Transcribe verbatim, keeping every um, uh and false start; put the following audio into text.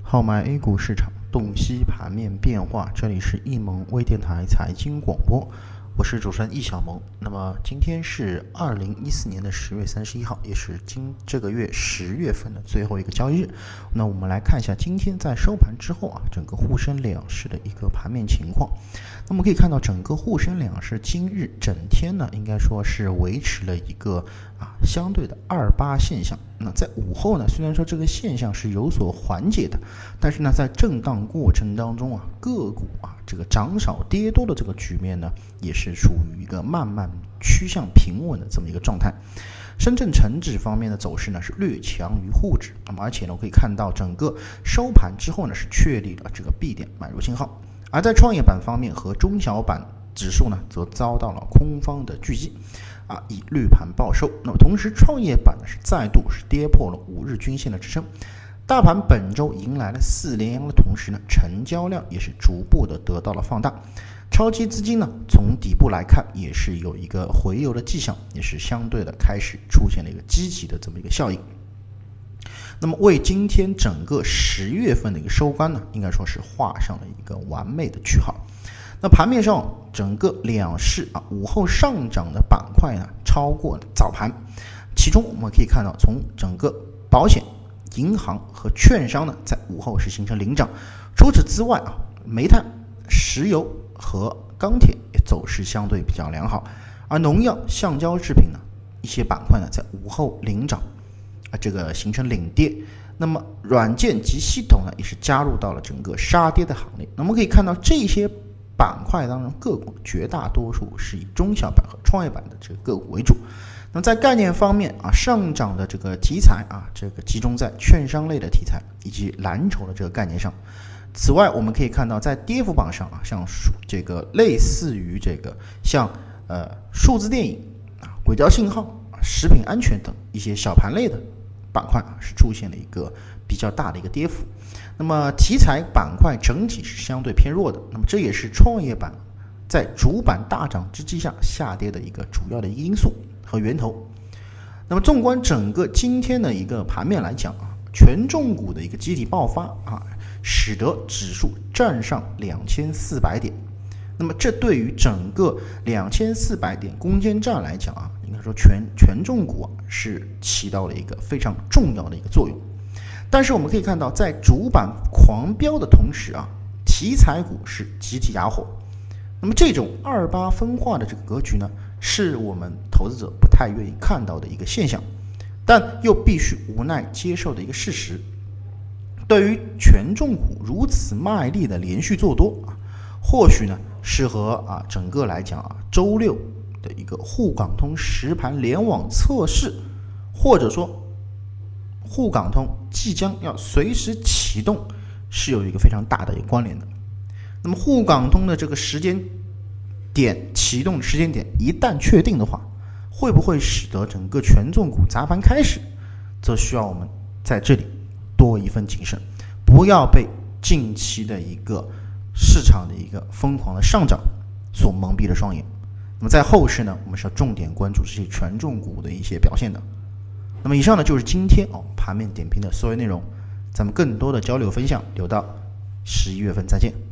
号脉 A 股市场，洞悉盘面变化。这里是易盟微电台财经广播，我是主持人易小萌。那么今天是二零一四年的十月三十一号，也是今这个月十月份的最后一个交易日。那我们来看一下今天在收盘之后啊，整个沪深两市的一个盘面情况。那么可以看到，整个沪深两市今日整天呢，应该说是维持了一个啊相对的二八现象。那在午后呢，虽然说这个现象是有所缓解的，但是呢，在震荡过程当中啊，个股啊这个涨少跌多的这个局面呢，也是处于一个慢慢趋向平稳的这么一个状态。深圳成指方面的走势呢是略强于沪指，那么而且呢，可以看到整个收盘之后呢是确立了这个 B 点买入信号。而在创业板方面和中小板指数呢，则遭到了空方的狙击，啊，以绿盘报收。那么同时，创业板呢是再度是跌破了五日均线的支撑。大盘本周迎来了四连阳的同时呢，成交量也是逐步的得到了放大。超级资金呢，从底部来看也是有一个回游的迹象，也是相对的开始出现了一个积极的这么一个效应。那么为今天整个十月份的一个收官呢，应该说是画上了一个完美的句号。那盘面上，整个两市啊午后上涨的板块呢，超过早盘。其中我们可以看到，从整个保险、银行和券商呢，在午后是形成领涨。除此之外啊，煤炭、石油和钢铁也走势相对比较良好，而农药、橡胶制品呢，一些板块呢，在午后领涨。啊，这个形成领跌，那么软件及系统呢，也是加入到了整个杀跌的行列。那么可以看到，这些板块当中个股绝大多数是以中小板和创业板的这个个股为主。那么在概念方面啊，上涨的这个题材啊，这个集中在券商类的题材以及蓝筹的这个概念上。此外，我们可以看到在跌幅榜上啊，像这个类似于这个像呃数字电影啊、轨道信号、食品安全等一些小盘类的板块啊，是出现了一个比较大的一个跌幅。那么题材板块整体是相对偏弱的，那么这也是创业板在主板大涨之际下下跌的一个主要的因素和源头。那么纵观整个今天的一个盘面来讲啊，权重股的一个集体爆发啊，使得指数站上两千四百点。那么这对于整个两千四百点攻坚战来讲啊，应该说权权重股啊是起到了一个非常重要的一个作用。但是我们可以看到，在主板狂飙的同时啊，题材股是集体哑火。那么这种二八分化的这个格局呢，是我们投资者不太愿意看到的一个现象，但又必须无奈接受的一个事实。对于权重股如此卖力的连续做多啊，或许呢适合啊整个来讲啊周六的一个沪港通实盘联网测试，或者说沪港通即将要随时启动，是有一个非常大的一个关联的。那么沪港通的这个时间点启动时间点一旦确定的话，会不会使得整个权重股砸盘开始，则需要我们在这里多一份谨慎，不要被近期的一个市场的一个疯狂的上涨所蒙蔽了双眼。那么在后市呢，我们是要重点关注这些权重股的一些表现的。那么以上呢就是今天哦盘面点评的所有内容，咱们更多的交流分享留到十一月份再见。